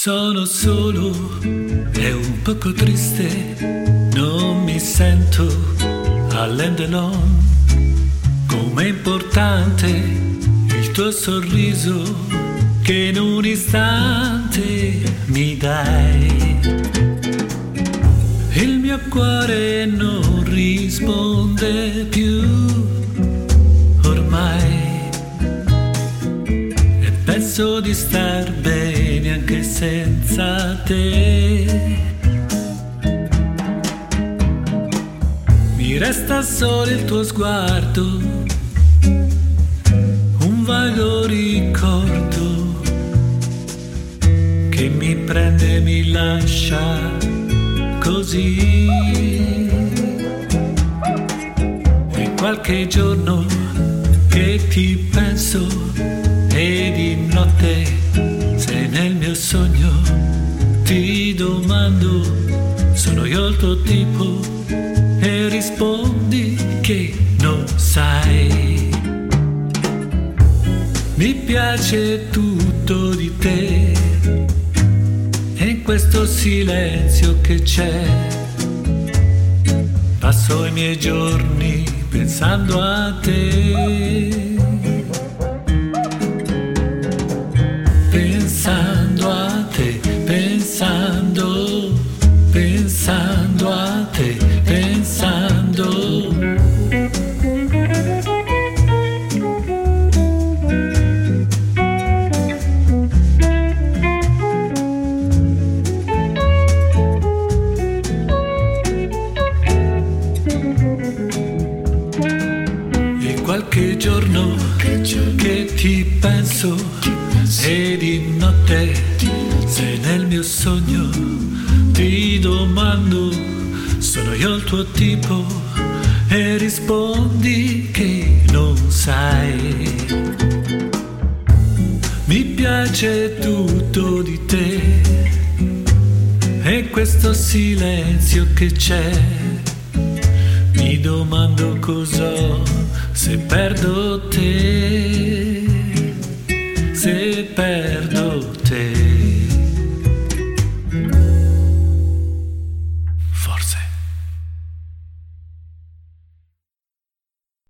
Sono solo e un poco triste, non mi sento all'endelon. Com'è importante il tuo sorriso che in un istante mi dai. Il mio cuore non risponde più ormai e penso di star bene anche senza te. Mi resta solo il tuo sguardo, un vago ricordo che mi prende e mi lascia così. E qualche giorno che ti penso e di notte sei nel mio sogno, ti domando, sono io il tuo tipo? E rispondi che non sai. Mi piace tutto di te e in questo silenzio che c'è passo i miei giorni pensando a te. Pensando a te, pensando, pensando a te, pensando. E qualche giorno che ti penso e di notte sei nel mio sogno, ti domando, sono io il tuo tipo? E rispondi che non sai. Mi piace tutto di te e questo silenzio che c'è, mi domando cos'ho se perdo te, se perdo